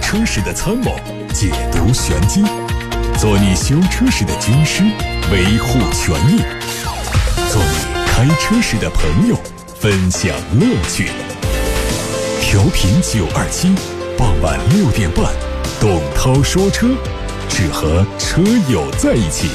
车时的参谋，解读玄机，做你修车时的军师，维护权益，做你开车时的朋友，分享乐趣。调频927，傍晚6点半，董涛说车，只和车友在一起。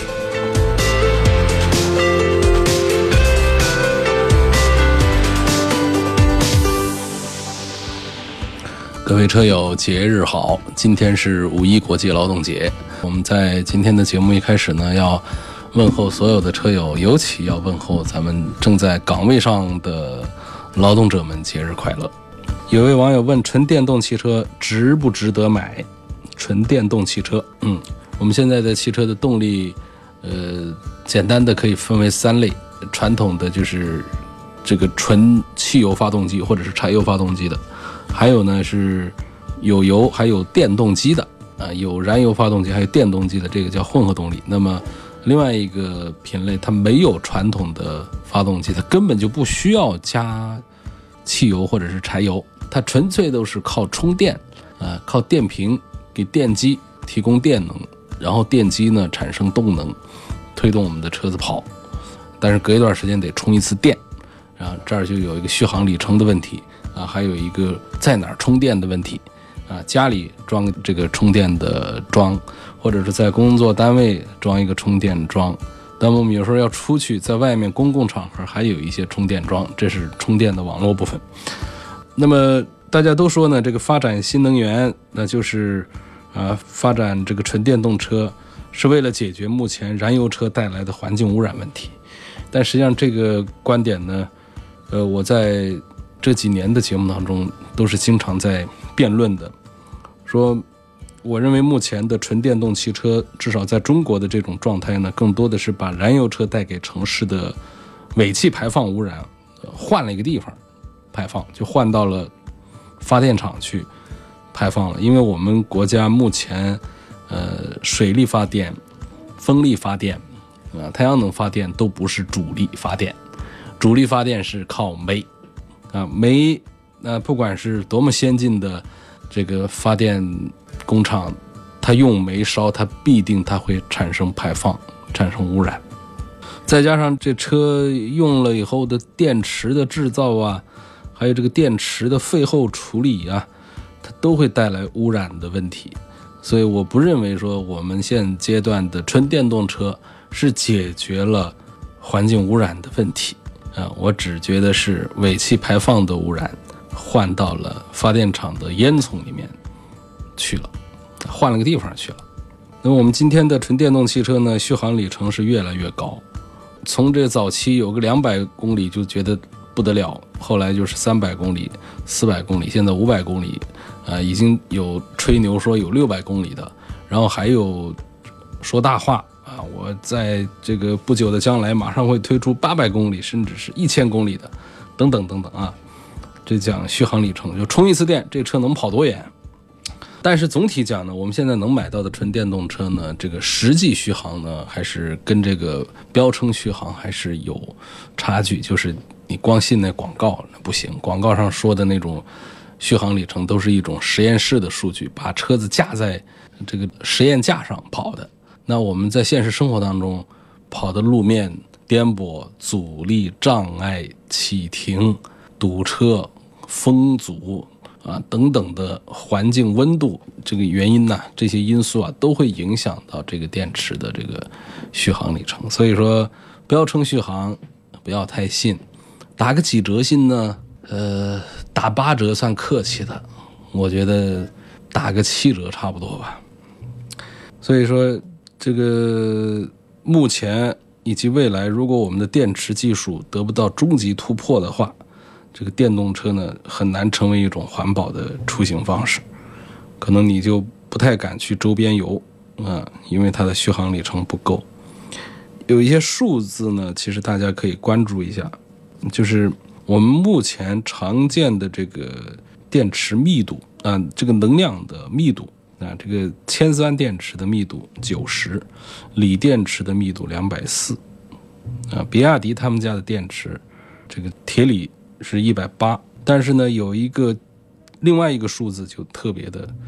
各位车友，节日好！今天是5·1国际劳动节。我们在今天的节目一开始呢，要问候所有的车友，尤其要问候咱们正在岗位上的劳动者们，节日快乐。有位网友问：纯电动汽车值不值得买？纯电动汽车，我们现在的汽车的动力，简单的可以分为3类。传统的就是这个纯汽油发动机或者是柴油发动机的。还有呢是有油还有电动机的有燃油发动机还有电动机的，这个叫混合动力。那么另外一个品类，它没有传统的发动机，它根本就不需要加汽油或者是柴油，它纯粹都是靠充电靠电瓶给电机提供电能，然后电机呢产生动能，推动我们的车子跑，但是隔一段时间得充一次电，然后这儿就有一个续航里程的问题还有一个在哪儿充电的问题家里装这个充电的桩，或者是在工作单位装一个充电桩。但我们有时候要出去，在外面公共场合还有一些充电桩，这是充电的网络部分。那么大家都说呢，这个发展新能源，那就是发展这个纯电动车是为了解决目前燃油车带来的环境污染问题。但实际上这个观点呢，我在这几年的节目当中都是经常在辩论的，说我认为目前的纯电动汽车至少在中国的这种状态呢，更多的是把燃油车带给城市的尾气排放污染换了一个地方排放，就换到了发电厂去排放了。因为我们国家目前水力发电、风力发电太阳能发电都不是主力发电，主力发电是靠煤煤不管是多么先进的这个发电工厂，它用煤烧，它必定它会产生排放，产生污染。再加上这车用了以后的电池的制造还有这个电池的废后处理它都会带来污染的问题。所以我不认为说我们现阶段的纯电动车是解决了环境污染的问题我只觉得是尾气排放的污染换到了发电厂的烟囱里面去了，换了个地方去了。那么我们今天的纯电动汽车呢，续航里程是越来越高，从这早期有个200公里就觉得不得了，后来就是300公里、400公里，现在500公里已经有吹牛说有600公里的，然后还有说大话我在这个不久的将来马上会推出800公里甚至是1000公里的等等等等这讲续航里程，就充一次电这车能跑多远。但是总体讲呢，我们现在能买到的纯电动车呢，这个实际续航呢还是跟这个标称续航还是有差距，就是你光信那广告那不行，广告上说的那种续航里程都是一种实验室的数据，把车子架在这个实验架上跑的。那我们在现实生活当中跑的路面颠簸、阻力、障碍、启停、堵车、风阻等等的环境温度这个原因这些因素都会影响到这个电池的这个续航里程。所以说标称续航不要太信，打个几折信呢打8折算客气的，我觉得打个7折差不多吧。所以说这个目前以及未来，如果我们的电池技术得不到终极突破的话，这个电动车呢很难成为一种环保的出行方式，可能你就不太敢去周边游因为它的续航里程不够。有一些数字呢其实大家可以关注一下，就是我们目前常见的这个电池密度这个能量的密度这个铅酸电池的密度90，锂电池的密度240比亚迪他们家的电池这个铁锂是180，但是呢有一个另外一个数字就特别的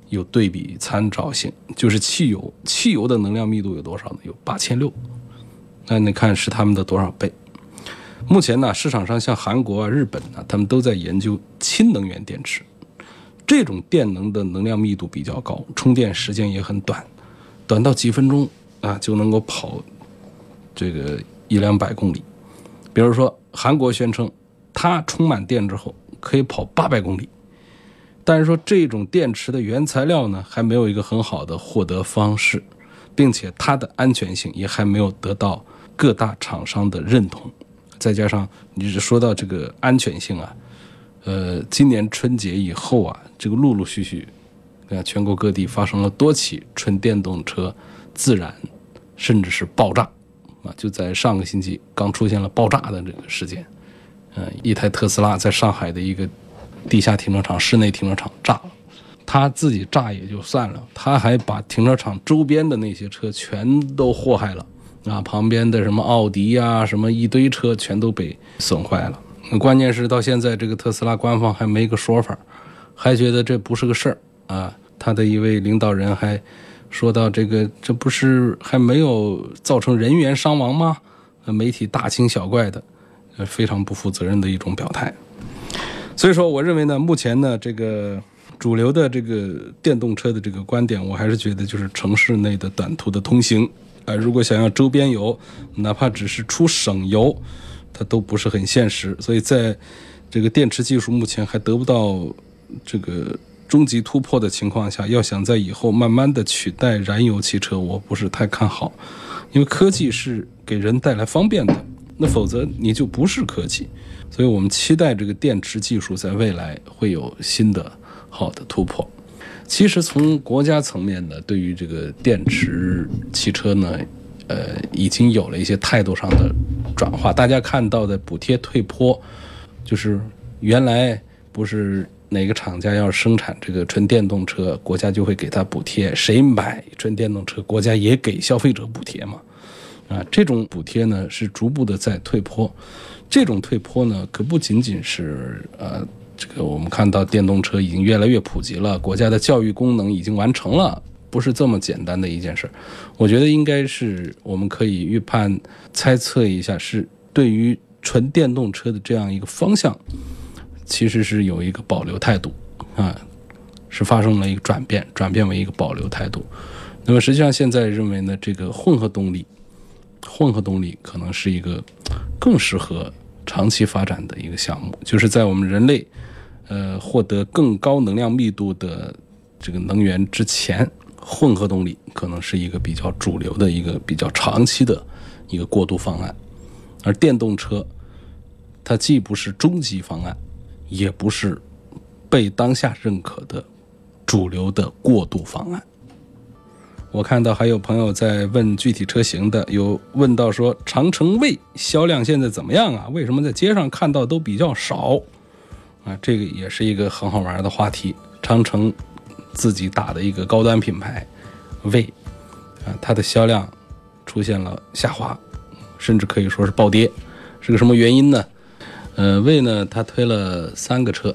有对比参照性，就是汽油的能量密度有多少呢？有8600，那你看是他们的多少倍？目前呢，市场上像韩国啊、日本啊，他们都在研究氢能源电池，这种电能的能量密度比较高，充电时间也很短，短到几分钟啊就能够跑这个100-200公里。比如说韩国宣称它充满电之后可以跑800公里，但是说这种电池的原材料呢还没有一个很好的获得方式，并且它的安全性也还没有得到各大厂商的认同。再加上你说到这个安全性啊，今年春节以后啊，这个陆陆续续全国各地发生了多起纯电动车自燃甚至是爆炸啊，就在上个星期刚出现了爆炸的这个事件。一台特斯拉在上海的一个地下停车场、室内停车场炸了，他自己炸也就算了，他还把停车场周边的那些车全都祸害了啊！旁边的什么奥迪啊，什么一堆车全都被损坏了。关键是到现在这个特斯拉官方还没个说法，还觉得这不是个事儿啊。他的一位领导人还说到这不是还没有造成人员伤亡吗？媒体大惊小怪的，非常不负责任的一种表态。所以说我认为呢，目前呢这个主流的这个电动车的这个观点，我还是觉得就是城市内的短途的通行如果想要周边游，哪怕只是出省游，它都不是很现实。所以在这个电池技术目前还得不到这个终极突破的情况下，要想在以后慢慢的取代燃油汽车，我不是太看好。因为科技是给人带来方便的，那否则你就不是科技。所以我们期待这个电池技术在未来会有新的好的突破。其实从国家层面呢，对于这个电池汽车呢，已经有了一些态度上的转化。大家看到的补贴退坡，就是原来不是哪个厂家要生产这个纯电动车，国家就会给他补贴，谁买纯电动车，国家也给消费者补贴嘛。这种补贴呢是逐步的在退坡。这种退坡呢，可不仅仅是这个我们看到电动车已经越来越普及了，国家的教育功能已经完成了，不是这么简单的一件事。我觉得应该是我们可以预判猜测一下，是对于纯电动车的这样一个方向，其实是有一个保留态度是发生了一个转变为一个保留态度。那么实际上现在认为呢，这个混合动力可能是一个更适合长期发展的一个项目，就是在我们人类获得更高能量密度的这个能源之前，混合动力可能是一个比较主流的一个比较长期的一个过渡方案。而电动车它既不是终极方案，也不是被当下认可的主流的过渡方案。我看到还有朋友在问具体车型的，有问到说长城卫销量现在怎么样啊？为什么在街上看到都比较少这个也是一个很好玩的话题。长城自己打的一个高端品牌卫它的销量出现了下滑，甚至可以说是暴跌。是个什么原因呢？卫呢它推了3个车，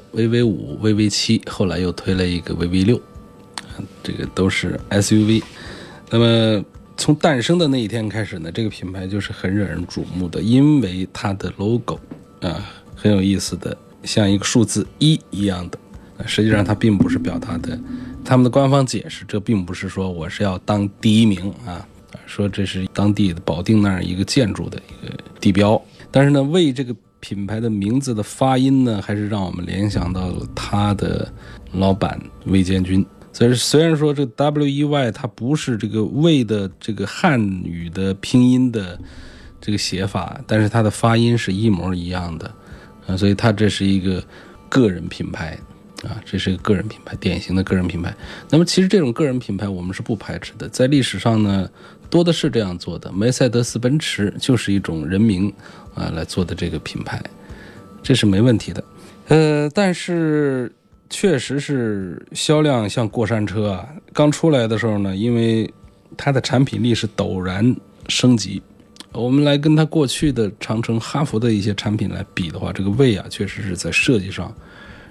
VV5、VV7， 后来又推了一个 VV6， 这个都是 SUV。那么从诞生的那一天开始呢，这个品牌就是很惹人瞩目的，因为它的 logo 很有意思的，像一个数字1一样的。实际上它并不是表达的，他们的官方解释，这并不是说我是要当第1名说这是当地的保定那儿一个建筑的一个地标。但是呢，为这个品牌的名字的发音呢，还是让我们联想到了他的老板魏建军。所以虽然说这个 WEY 它不是这个魏的这个汉语的拼音的这个写法，但是它的发音是一模一样的所以它这是一个个人品牌这是一个个人品牌，典型的个人品牌。那么其实这种个人品牌我们是不排斥的，在历史上呢多的是这样做的。梅赛德斯奔驰就是一种人名来做的这个品牌，这是没问题的。但是确实是销量像过山车刚出来的时候呢，因为它的产品力是陡然升级。我们来跟它过去的长城、哈弗的一些产品来比的话，这个魏确实是在设计上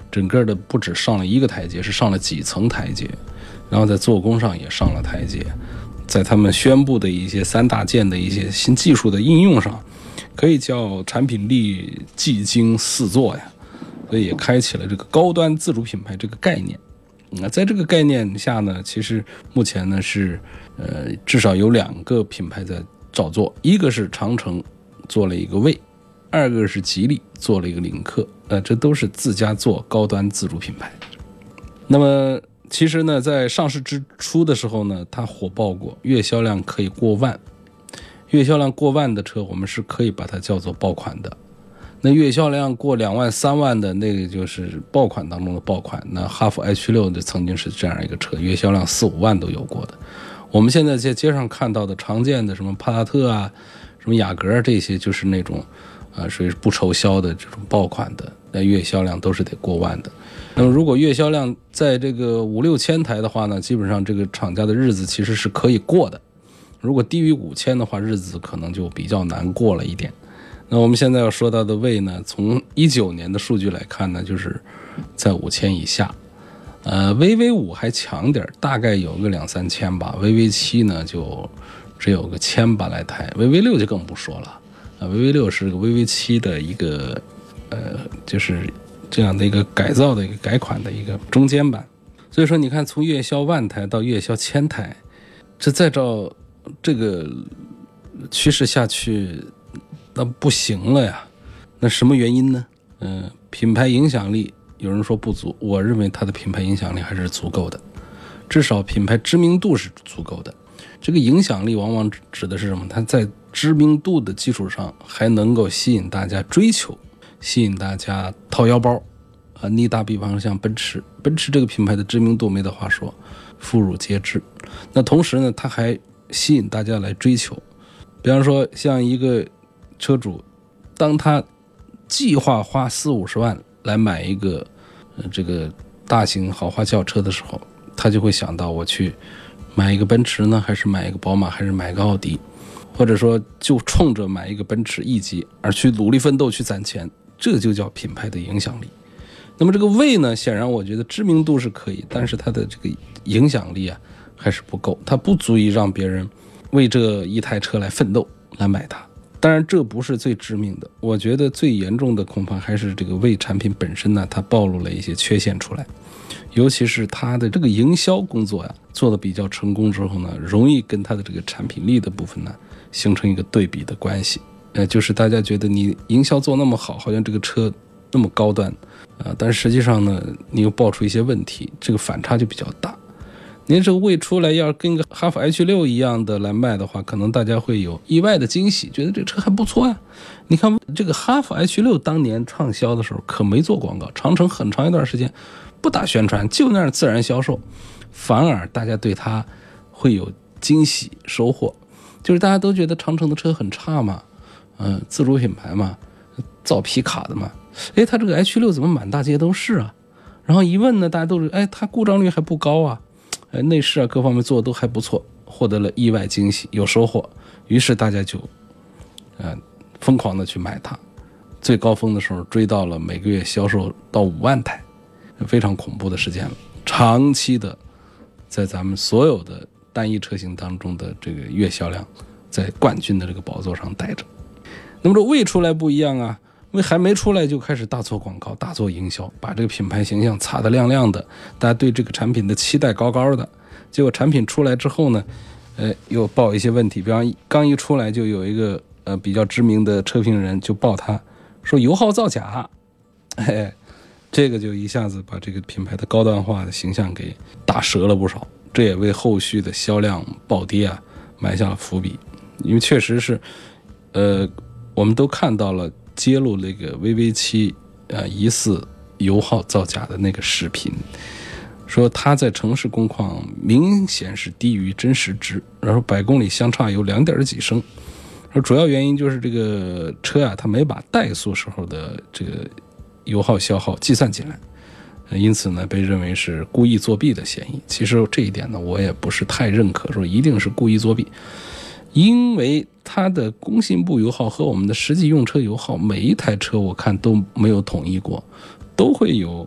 整个的不止上了一个台阶，是上了几层台阶，然后在做工上也上了台阶，在他们宣布的一些3大件的一些新技术的应用上，可以叫产品力技精四作呀，所以也开启了这个高端自主品牌这个概念。在这个概念下呢，其实目前呢是至少有2个品牌在照做，一个是长城做了一个魏，2个是吉利做了一个领克，这都是自家做高端自主品牌。那么其实呢，在上市之初的时候呢，它火爆过，月销量可以过万，月销量过万的车我们是可以把它叫做爆款的。那月销量过2万3万的那个就是爆款当中的爆款，那哈弗 H6 就曾经是这样一个车，月销量4、5万都有过的。我们现在在街上看到的常见的什么帕萨特啊，什么雅阁，这些就是那种属于不愁销的这种爆款的，那月销量都是得过万的。那么如果月销量在这个5、6千台的话呢，基本上这个厂家的日子其实是可以过的。如果低于5千的话，日子可能就比较难过了一点。那我们现在要说到的魏呢，从19年的数据来看呢，就是在5千以下。VV5 还强点，大概有个2、3千吧。VV7 呢就只有个1800来台，VV6 就更不说了。VV6 是个 VV7 的一个就是这样的一个改造的一个改款的一个中间版。所以说你看，从月销万台到月销1000台，这再照这个趋势下去，那不行了呀。那什么原因呢？品牌影响力有人说不足，我认为它的品牌影响力还是足够的，至少品牌知名度是足够的。这个影响力往往指的是什么？它在知名度的基础上还能够吸引大家追求，吸引大家掏腰包你打比方像奔驰这个品牌的知名度没得话说，妇孺皆知。那同时呢，它还吸引大家来追求。比方说像一个车主，当他计划花40、50万来买一个这个大型豪华轿车的时候，他就会想到我去买一个奔驰呢，还是买一个宝马，还是买一个奥迪，或者说就冲着买一个奔驰 E 级而去努力奋斗去攒钱，这就叫品牌的影响力。那么这个魏呢，显然我觉得知名度是可以，但是它的这个影响力还是不够，它不足以让别人为这一台车来奋斗来买它。当然这不是最致命的，我觉得最严重的恐怕还是这个魏产品本身呢，它暴露了一些缺陷出来，尤其是它的这个营销工作做得比较成功之后呢，容易跟它的这个产品力的部分呢形成一个对比的关系。就是大家觉得你营销做那么好，好像这个车那么高端但实际上呢，你又爆出一些问题，这个反差就比较大。您这个魏出来要跟个哈弗 H6 一样的来卖的话，可能大家会有意外的惊喜，觉得这车还不错你看这个哈弗 H6 当年畅销的时候可没做广告，长城很长一段时间不打宣传，就那样自然销售，反而大家对它会有惊喜收获。就是大家都觉得长城的车很差嘛，自主品牌嘛，造皮卡的嘛，它这个 H6 怎么满大街都是然后一问呢，大家都是它故障率还不高内饰各方面做的都还不错，获得了意外惊喜，有收获，于是大家就疯狂的去买它。最高峰的时候追到了每个月销售到5万台，非常恐怖的时间了，长期的在咱们所有的单一车型当中的这个月销量在冠军的这个宝座上待着。那么这魏出来不一样魏还没出来就开始大做广告，大做营销，把这个品牌形象擦得亮亮的，大家对这个产品的期待高高的。结果产品出来之后呢，又爆一些问题。比方刚一出来就有一个比较知名的车评人就爆他说油耗造假，这个就一下子把这个品牌的高端化的形象给打折了不少，这也为后续的销量暴跌埋下了伏笔。因为确实是我们都看到了揭露那个 VV7 疑似油耗造假的那个视频，说它在城市工况明显是低于真实值，然后100公里相差有2点几升。说主要原因就是这个车它没把怠速时候的这个油耗消耗计算进来，因此呢被认为是故意作弊的嫌疑。其实这一点呢我也不是太认可，说一定是故意作弊，因为它的工信部油耗和我们的实际用车油耗每一台车我看都没有统一过，都会有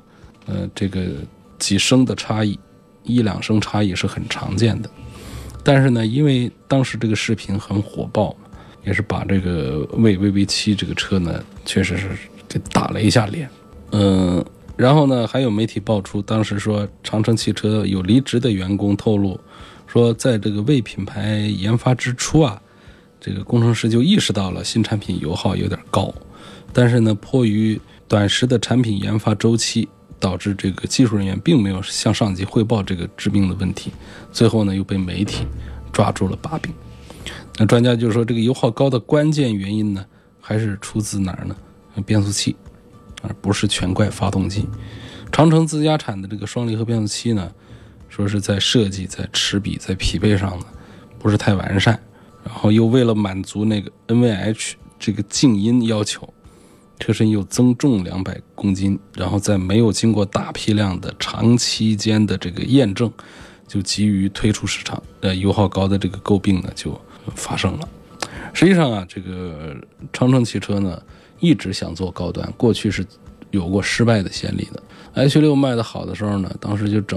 这个几升的差异，1-2升差异是很常见的。但是呢，因为当时这个视频很火爆，也是把这个魏 VV7 这个车呢，确实是给打了一下脸。然后呢，还有媒体爆出，当时说长城汽车有离职的员工透露，说在这个魏品牌研发之初啊，这个工程师就意识到了新产品油耗有点高，但是呢，迫于短时的产品研发周期，导致这个技术人员并没有向上级汇报这个致命的问题，最后呢又被媒体抓住了把柄。那专家就说，这个油耗高的关键原因呢，还是出自哪儿呢？变速器，而不是全怪发动机。长城自家产的这个双离合变速器呢，说是在设计、在齿比、在匹配上呢不是太完善，然后又为了满足那个 NVH 这个静音要求，车身又增重200公斤，然后在没有经过大批量的长期间的这个验证，就急于推出市场，油耗高的这个诟病呢就发生了。实际上啊，这个长城汽车呢一直想做高端，过去是有过失败的先例的。H6 卖的好的时候呢，当时就整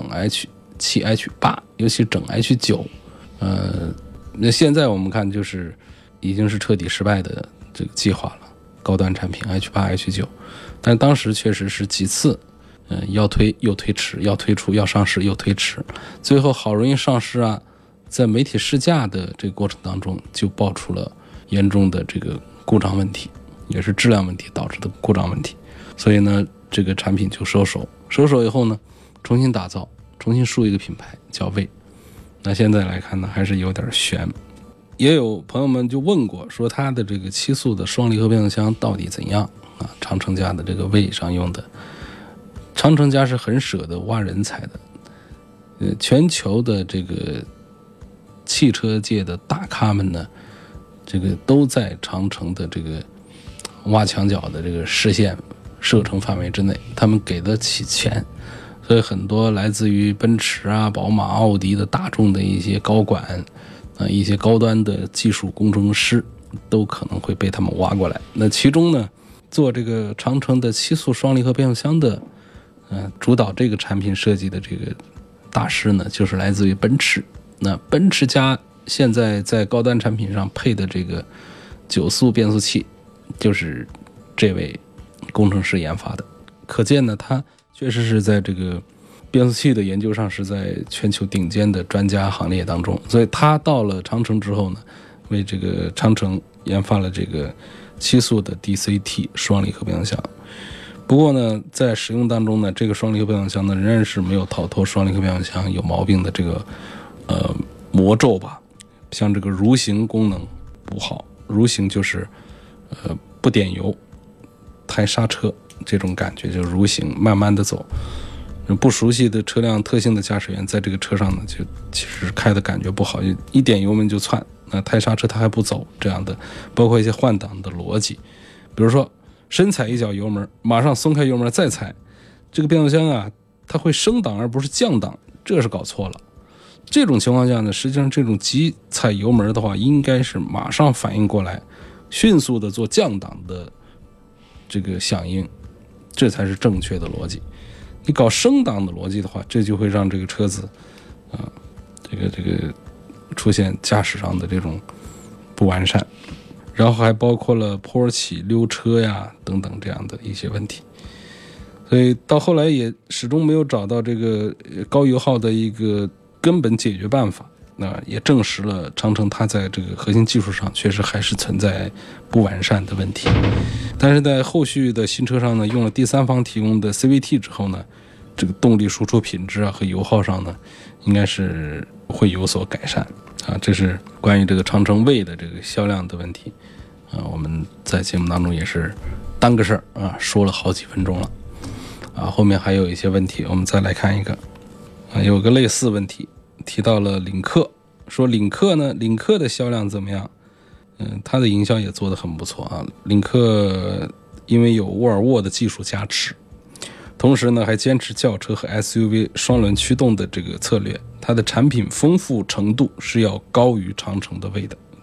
H7、H8， 尤其整 H9，那现在我们看就是已经是彻底失败的这个计划了。高端产品 H8、H9， 但当时确实是几次，要推又推迟，要推出要上市又推迟，最后好容易上市啊，在媒体试驾的这个过程当中就爆出了严重的这个故障问题，也是质量问题导致的故障问题，所以呢，这个产品就收手以后呢，重新打造，重新树一个品牌叫魏。那现在来看呢，还是有点悬。也有朋友们就问过，说它的这个7速的双离合变速箱到底怎样啊？长城家的这个魏上用的，长城家是很舍得挖人才的。全球的这个汽车界的大咖们呢，这个都在长城的这个挖墙脚的这个视线射程范围之内，他们给得起钱，所以很多来自于奔驰啊、宝马、奥迪的大众的一些高管。一些高端的技术工程师都可能会被他们挖过来。那其中呢，做这个长城的7速双离合变速箱的，主导这个产品设计的这个大师呢，就是来自于奔驰。那奔驰家现在在高端产品上配的这个9速变速器，就是这位工程师研发的。可见呢，他确实是在这个变速器的研究上是在全球顶尖的专家行列当中，所以他到了长城之后呢，为这个长城研发了这个7速的 DCT 双离合变速箱。不过呢，在使用当中呢，这个双离合变速箱呢，仍然是没有逃脱双离合变速箱有毛病的这个魔咒吧。像这个蠕行功能不好，蠕行就是不点油、抬刹车这种感觉，就是蠕行，慢慢的走。不熟悉的车辆特性的驾驶员在这个车上呢，就其实开的感觉不好，一点油门就窜，抬刹车它还不走，这样的，包括一些换挡的逻辑，比如说深踩一脚油门，马上松开油门再踩，这个变速箱啊，它会升档而不是降档，这是搞错了。这种情况下呢，实际上这种急踩油门的话，应该是马上反应过来，迅速的做降档的这个响应，这才是正确的逻辑。你搞升档的逻辑的话，这就会让这个车子这个出现驾驶上的这种不完善，然后还包括了坡起溜车呀等等这样的一些问题。所以到后来也始终没有找到这个高油耗的一个根本解决办法，那也证实了长城它在这个核心技术上确实还是存在不完善的问题。但是在后续的新车上呢，用了第三方提供的 CVT 之后呢，这个动力输出品质啊和油耗上呢，应该是会有所改善啊。这是关于这个长城魏的这个销量的问题啊。我们在节目当中也是单个事儿啊，说了好几分钟了啊。后面还有一些问题，我们再来看一个啊，有个类似问题提到了领克，说领克的销量怎么样？它的营销也做得很不错啊。领克因为有沃尔沃的技术加持，同时呢还坚持轿车和 SUV 双轮驱动的这个策略，它的产品丰富程度是要高于长城的魏的，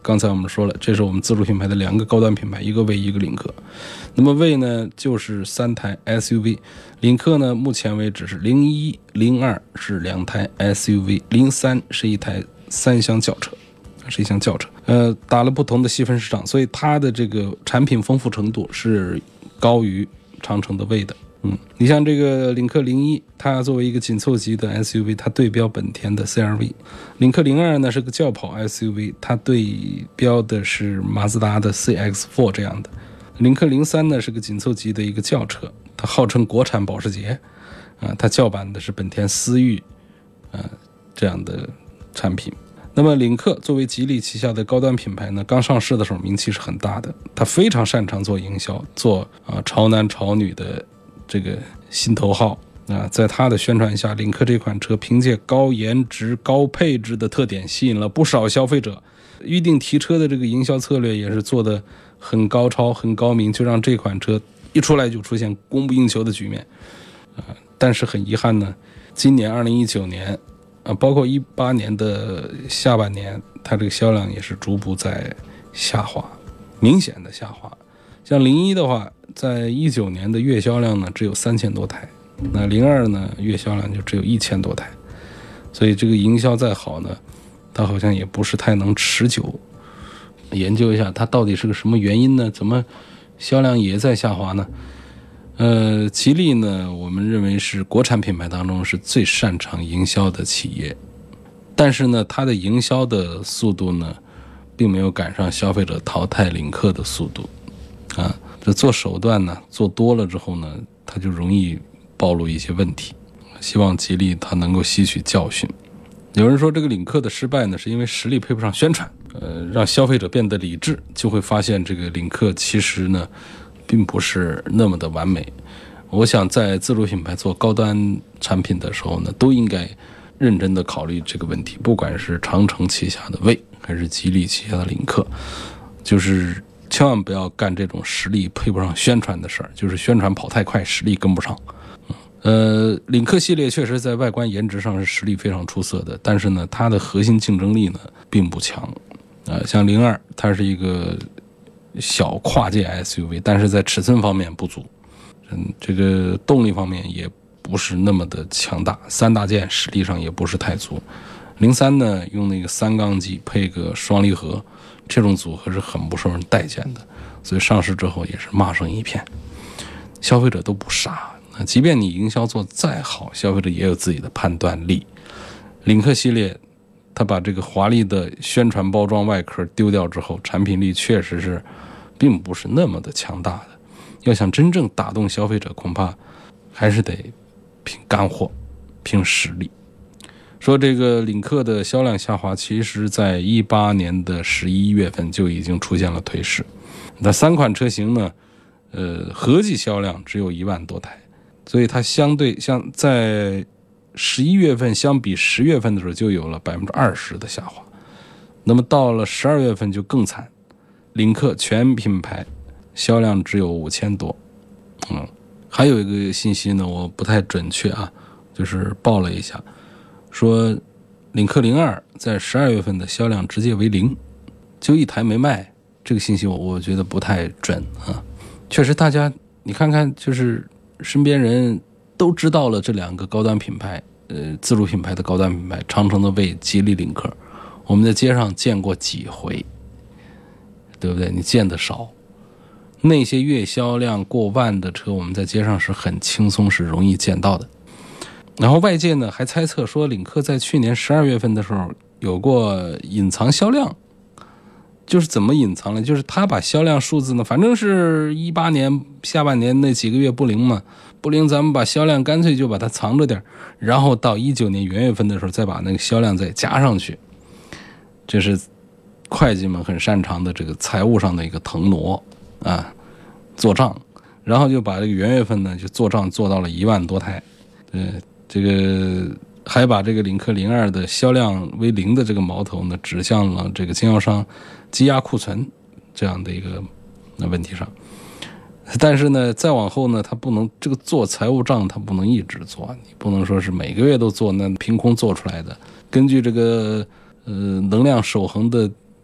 刚才我们说了，这是我们自主品牌的2个高端品牌，一个魏，一个领克。那么魏呢就是3台 SUV， 领克呢目前为止是01、02是2台 SUV， 03是一台3厢轿车，打了不同的细分市场，所以它的这个产品丰富程度是高于长城的魏的。你像这个领克01，它作为一个紧凑级的 SUV， 它对标本田的 CR-V。领克02呢是个轿跑 SUV， 它对标的是马自达的 CX-4 这样的。领克03呢是个紧凑级的一个轿车，它号称国产保时捷它叫板的是本田思域这样的产品。那么领克作为吉利旗下的高端品牌呢，刚上市的时候名气是很大的，它非常擅长做营销，做潮男潮女的这个心头好在它的宣传下，领克这款车凭借高颜值高配置的特点吸引了不少消费者，预定提车的这个营销策略也是做得很高超很高明，就让这款车一出来就出现供不应求的局面但是很遗憾呢，今年2019年包括18年的下半年，它这个销量也是逐步在下滑，明显的下滑。像01的话，在19年的月销量呢只有3000多台，那02呢月销量就只有1000多台，所以这个营销再好呢，它好像也不是太能持久。研究一下它到底是个什么原因呢？怎么销量也在下滑呢？吉利呢，我们认为是国产品牌当中是最擅长营销的企业，但是呢，它的营销的速度呢，并没有赶上消费者淘汰领克的速度这做手段呢，做多了之后呢，它就容易暴露一些问题。希望吉利它能够吸取教训。有人说这个领克的失败呢，是因为实力配不上宣传，让消费者变得理智，就会发现这个领克其实呢，并不是那么的完美。我想在自主品牌做高端产品的时候呢，都应该认真的考虑这个问题，不管是长城旗下的魏还是吉利旗下的领克，就是千万不要干这种实力配不上宣传的事儿，就是宣传跑太快，实力跟不上。领克系列确实在外观颜值上是实力非常出色的，但是呢，它的核心竞争力呢并不强。像02，它是一个小跨界 SUV， 但是在尺寸方面不足，这个动力方面也不是那么的强大，3大件实力上也不是太足。03呢，用那个3缸机配个双离合，这种组合是很不受人待见的，所以上市之后也是骂声一片。消费者都不傻，即便你营销做再好，消费者也有自己的判断力。领克系列它把这个华丽的宣传包装外壳丢掉之后，产品力确实是并不是那么的强大的。要想真正打动消费者，恐怕还是得凭干货，凭实力。说这个领克的销量下滑，其实在18年的11月份就已经出现了颓势。那3款车型呢，合计销量只有1万多台，所以它相对像在11月份相比10月份的时候就有了 20% 的下滑。那么到了12月份就更惨，领克全品牌销量只有5000多。还有一个信息呢，我不太准确就是报了一下，说领克02在12月份的销量直接为0，就1台没卖。这个信息我觉得不太准确实大家你看看，就是身边人都知道了这2个高端品牌，自主品牌的高端品牌，长城的魏、吉利领克，我们在街上见过几回，对不对？你见得少。那些月销量过万的车，我们在街上是很轻松，是容易见到的。然后外界呢还猜测说，领克在去年12月份的时候有过隐藏销量，就是怎么隐藏呢？就是他把销量数字呢，反正是18年下半年那几个月不灵嘛，不灵咱们把销量干脆就把它藏着点，然后到19年元月份的时候再把那个销量再加上去。这是会计们很擅长的这个财务上的一个腾挪做账，然后就把这个元月份呢就做账做到了1万多台。这个还把这个领克02的销量为0的这个矛头呢指向了这个经销商积压库存这样的一个问题上。但是呢再往后呢，他不能这个做财务账，他不能一直做，你不能说是每个月都做，那凭空做出来的。根据这个能量守恒的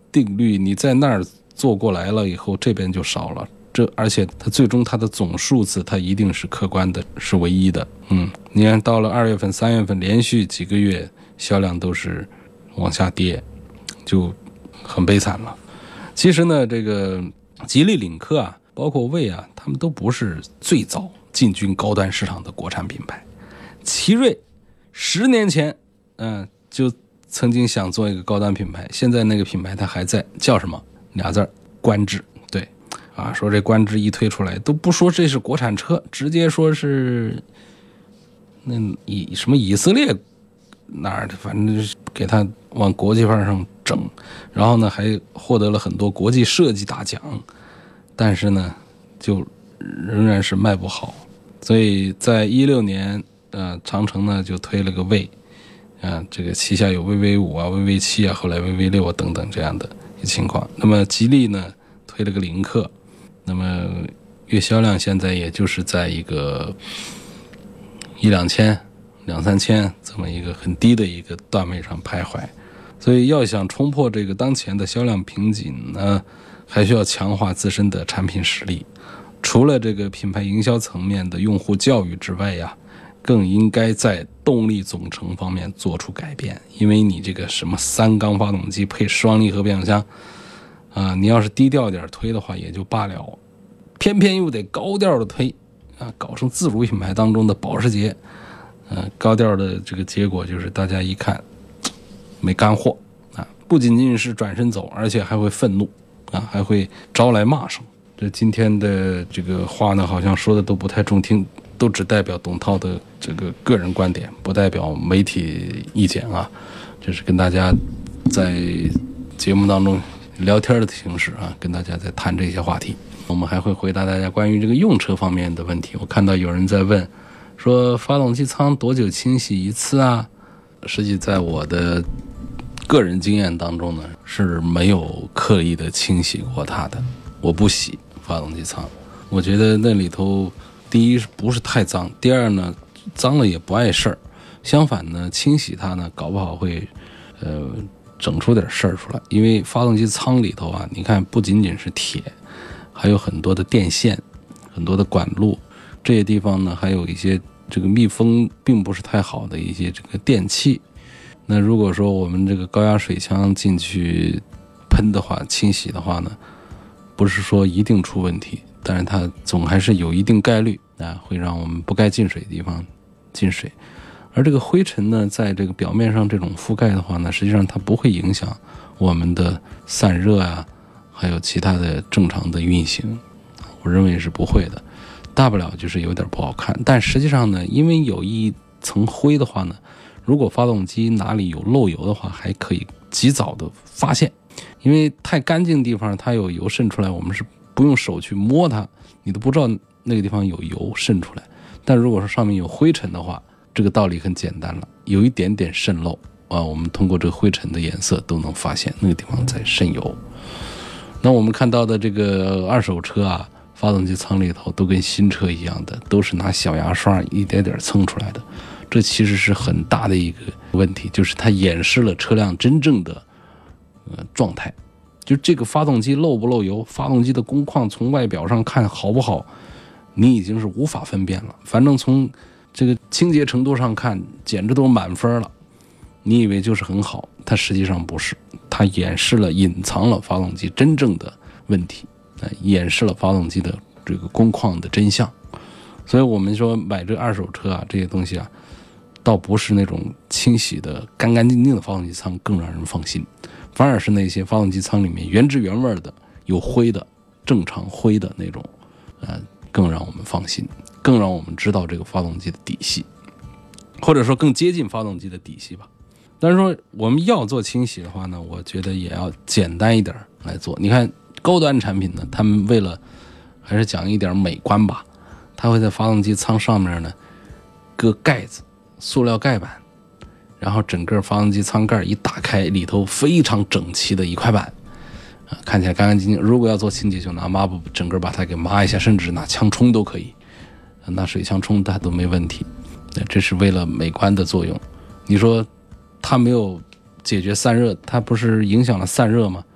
定律，你在那儿做过来了以后，这边就少了。而且它最终它的总数字它一定是客观的，是唯一的。你看到了2月份、3月份连续几个月销量都是往下跌，就很悲惨了。其实呢，这个吉利、领克啊，包括魏啊，他们都不是最早进军高端市场的国产品牌。奇瑞10年前，就曾经想做一个高端品牌，现在那个品牌它还在，叫什么？2字，观致。对，说这观致一推出来，都不说这是国产车，直接说是什么以色列哪儿的，反正就是给他往国际范上整，然后呢还获得了很多国际设计大奖，但是呢就仍然是卖不好。所以在16年长城呢就推了个魏，这个旗下有VV5啊、VV7啊，后来VV6啊等等这样的一个情况。那么吉利呢推了个领克，那么月销量现在也就是在一个1-2千、2-3千这么一个很低的一个段位上徘徊。所以要想冲破这个当前的销量瓶颈呢，还需要强化自身的产品实力。除了这个品牌营销层面的用户教育之外呀，更应该在动力总成方面做出改变。因为你这个什么3缸发动机配双离合变速箱你要是低调点推的话也就罢了，偏偏又得高调的推搞成自主品牌当中的保时捷。高调的这个结果就是大家一看没干货不仅仅是转身走，而且还会愤怒还会招来骂声。这今天的这个话呢，好像说的都不太中听，都只代表董涛的这个个人观点，不代表媒体意见这是跟大家在节目当中聊天的形式跟大家在谈这些话题。我们还会回答大家关于这个用车方面的问题。我看到有人在问说发动机舱多久清洗一次实际在我的个人经验当中呢，是没有刻意的清洗过它的。我不洗发动机舱，我觉得那里头第一不是太脏，第二呢脏了也不碍事儿，相反呢清洗它呢搞不好会整出点事儿出来。因为发动机舱里头你看不仅仅是铁，还有很多的电线，很多的管路，这些地方呢还有一些这个密封并不是太好的一些这个电器。那如果说我们这个高压水枪进去喷的话，清洗的话呢，不是说一定出问题，但是它总还是有一定概率会让我们不该进水的地方进水。而这个灰尘呢，在这个表面上这种覆盖的话呢，实际上它不会影响我们的散热还有其他的正常的运行，我认为是不会的，大不了就是有点不好看。但实际上呢，因为有一层灰的话呢，如果发动机哪里有漏油的话，还可以及早的发现。因为太干净的地方它有油渗出来，我们是不用手去摸它，你都不知道那个地方有油渗出来。但如果说上面有灰尘的话，这个道理很简单了，有一点点渗漏我们通过这个灰尘的颜色都能发现那个地方在渗油。那我们看到的这个二手车发动机舱里头都跟新车一样的，都是拿小牙刷一点点蹭出来的。这其实是很大的一个问题，就是它掩饰了车辆真正的状态。就这个发动机漏不漏油，发动机的工况从外表上看好不好，你已经是无法分辨了。反正从这个清洁程度上看，简直都满分了。你以为就是很好，它实际上不是，它掩饰了、隐藏了发动机真正的问题，掩饰了发动机的这个工况的真相。所以我们说买这二手车这些东西倒不是那种清洗的干干净净的发动机舱更让人放心，反而是那些发动机舱里面原汁原味的、有灰的、正常灰的那种，更让我们放心，更让我们知道这个发动机的底细，或者说更接近发动机的底细吧。但是说我们要做清洗的话呢，我觉得也要简单一点来做。你看高端产品呢，他们为了还是讲一点美观吧，他会在发动机舱上面呢搁盖子，塑料盖板，然后整个发动机舱盖一打开，里头非常整齐的一块板看起来干干净净。如果要做清洁，就拿抹布整个把它给抹一下，甚至拿枪冲都可以，拿水枪冲它都没问题。这是为了美观的作用。你说它没有解决散热，它不是影响了散热吗？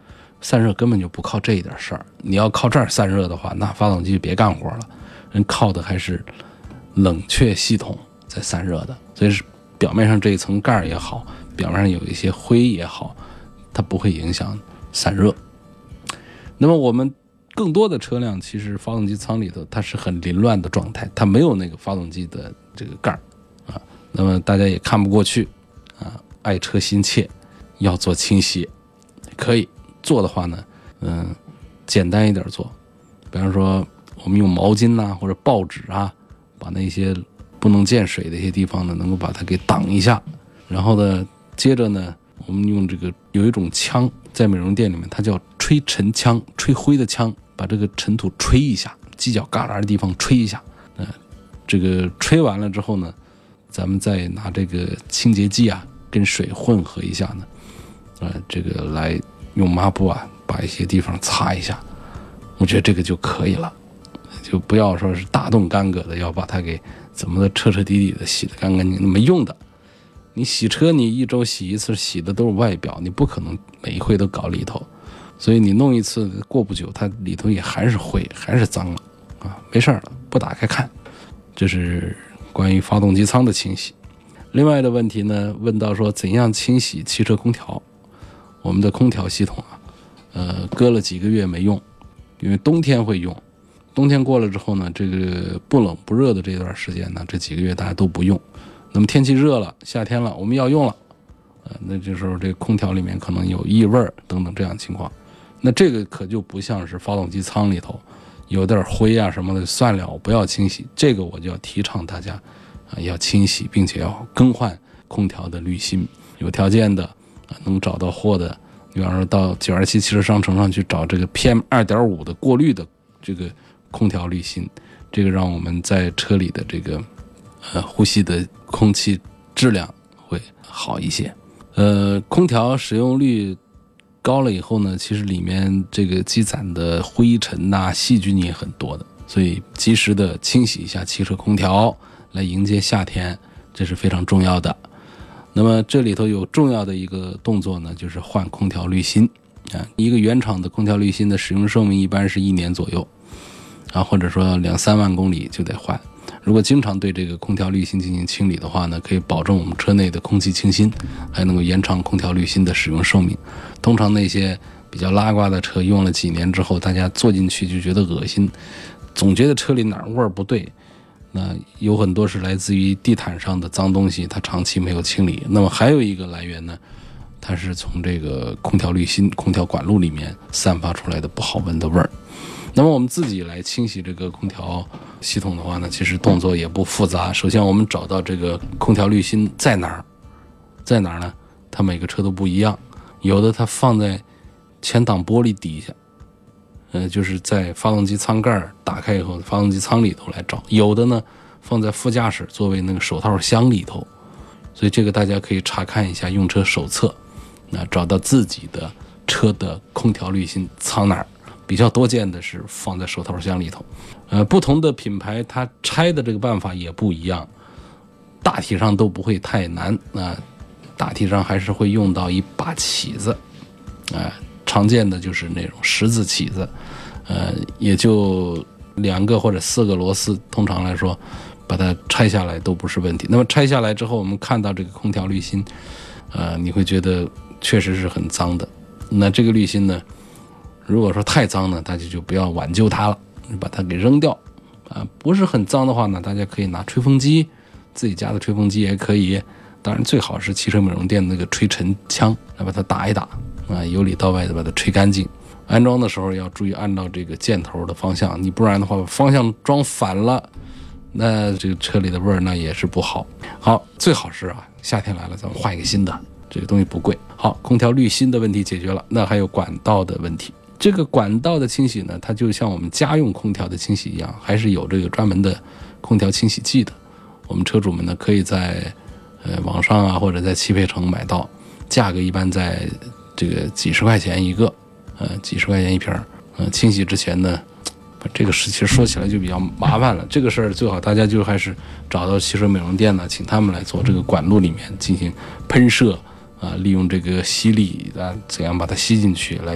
散热根本就不靠这一点事儿。你要靠这儿散热的话，那发动机就别干活了，人靠的还是冷却系统在散热的。所以是表面上这一层盖也好，表面上有一些灰也好，它不会影响散热。那么我们更多的车辆其实发动机舱里头它是很凌乱的状态，它没有那个发动机的这个盖啊，那么大家也看不过去啊，爱车心切，要做清洗，可以做的话呢，简单一点做，比方说我们用毛巾啊或者报纸啊，把那些不能见水的一些地方呢，能够把它给挡一下。然后呢，接着呢，我们用这个有一种枪，在美容店里面它叫吹尘枪，吹灰的枪，把这个尘土吹一下，犄角旮旯的地方吹一下。这个吹完了之后呢，咱们再拿这个清洁剂啊跟水混合一下呢，这个来用抹布啊把一些地方擦一下，我觉得这个就可以了。就不要说是大动干戈的要把它给怎么的彻彻底底的洗得干干净净，没用的。你洗车你一周洗一次，洗的都是外表，你不可能每一回都搞里头，所以你弄一次过不久它里头也还是灰，还是脏了啊，没事了，不打开看。这是关于发动机舱的清洗。另外的问题呢，问到说怎样清洗汽车空调。我们的空调系统啊，搁了几个月没用，因为冬天会用，冬天过了之后呢，这个不冷不热的这段时间呢，这几个月大家都不用。那么天气热了，夏天了，我们要用了，那这时候这个空调里面可能有异味等等这样情况，那这个可就不像是发动机舱里头有点灰啊什么的，算了，不要清洗。这个我就要提倡大家要清洗，并且要更换空调的滤芯。有条件的能找到货的，比方说到927汽车商城上去找这个 PM2.5 的过滤的这个空调滤芯，这个让我们在车里的这个呼吸的空气质量会好一些。空调使用率高了以后呢，其实里面这个积攒的灰尘啊细菌也很多的，所以及时的清洗一下汽车空调来迎接夏天，这是非常重要的。那么这里头有重要的一个动作呢，就是换空调滤芯啊。一个原厂的空调滤芯的使用寿命一般是1年左右啊，或者说2-3万公里就得换。如果经常对这个空调滤芯进行清理的话呢，可以保证我们车内的空气清新，还能够延长空调滤芯的使用寿命。通常那些比较拉呱的车用了几年之后，大家坐进去就觉得恶心，总觉得车里哪儿味儿不对，那有很多是来自于地毯上的脏东西，它长期没有清理。那么还有一个来源呢，它是从这个空调滤芯、空调管路里面散发出来的不好闻的味儿。那么我们自己来清洗这个空调系统的话呢，其实动作也不复杂。首先我们找到这个空调滤芯在哪儿呢？它每个车都不一样，有的它放在前挡玻璃底下，就是在发动机舱盖打开以后发动机舱里头来找，有的呢放在副驾驶作为那个手套箱里头。所以这个大家可以查看一下用车手册，找到自己的车的空调滤芯藏哪儿。比较多见的是放在手套箱里头。不同的品牌它拆的这个办法也不一样，大体上都不会太难。大体上还是会用到一把起子，常见的就是那种十字起子，也就2个或者4个螺丝，通常来说把它拆下来都不是问题。那么拆下来之后，我们看到这个空调滤芯，你会觉得确实是很脏的。那这个滤芯呢，如果说太脏呢，大家就不要挽救它了，把它给扔掉。不是很脏的话呢，大家可以拿吹风机，自己家的吹风机也可以，当然最好是汽车美容店那个吹尘枪来把它打一打，由里到外的把它吹干净。安装的时候要注意按照这个箭头的方向，你不然的话方向装反了，那这个车里的味儿那也是不好。好，最好是夏天来了咱们换一个新的，这个东西不贵。好，空调滤芯的问题解决了，那还有管道的问题。这个管道的清洗呢，它就像我们家用空调的清洗一样，还是有这个专门的空调清洗剂的。我们车主们呢可以在网上或者在汽配城买到，价格一般在这个几十块钱一个，几十块钱一瓶。清洗之前呢，这个事其实说起来就比较麻烦了。这个事儿最好大家就还是找到汽车美容店呢，请他们来做这个管路里面进行喷射，利用这个吸力怎样把它吸进去，来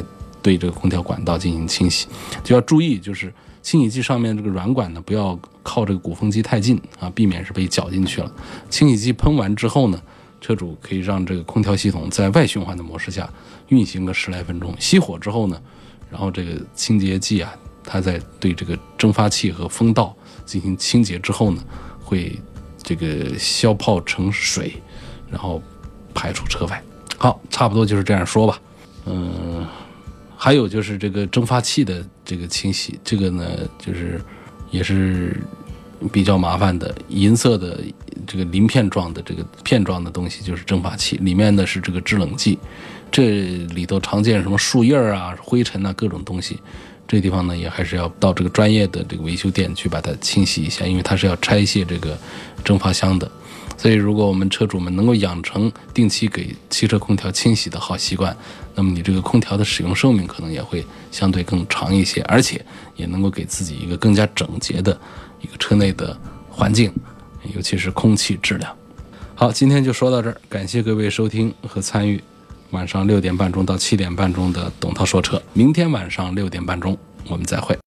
对这个空调管道进行清洗。就要注意，就是清洗剂上面这个软管呢，不要靠这个鼓风机太近啊，避免是被搅进去了。清洗剂喷完之后呢，车主可以让这个空调系统在外循环的模式下运行个10来分钟，熄火之后呢，然后这个清洁剂啊，它在对这个蒸发器和风道进行清洁之后呢，会这个消泡成水，然后排出车外。好，差不多就是这样说吧。还有就是这个蒸发器的这个清洗，这个呢就是也是比较麻烦的。银色的这个鳞片状的这个片状的东西就是蒸发器，里面呢是这个制冷剂，这里头常见什么树叶啊、灰尘啊各种东西，这个地方呢也还是要到这个专业的这个维修店去把它清洗一下，因为它是要拆卸这个蒸发箱的。所以如果我们车主们能够养成定期给汽车空调清洗的好习惯，那么你这个空调的使用寿命可能也会相对更长一些，而且也能够给自己一个更加整洁的一个车内的环境，尤其是空气质量。好，今天就说到这儿，感谢各位收听和参与晚上6点半钟到7点半钟的董涛说车。明天晚上6点半钟我们再会。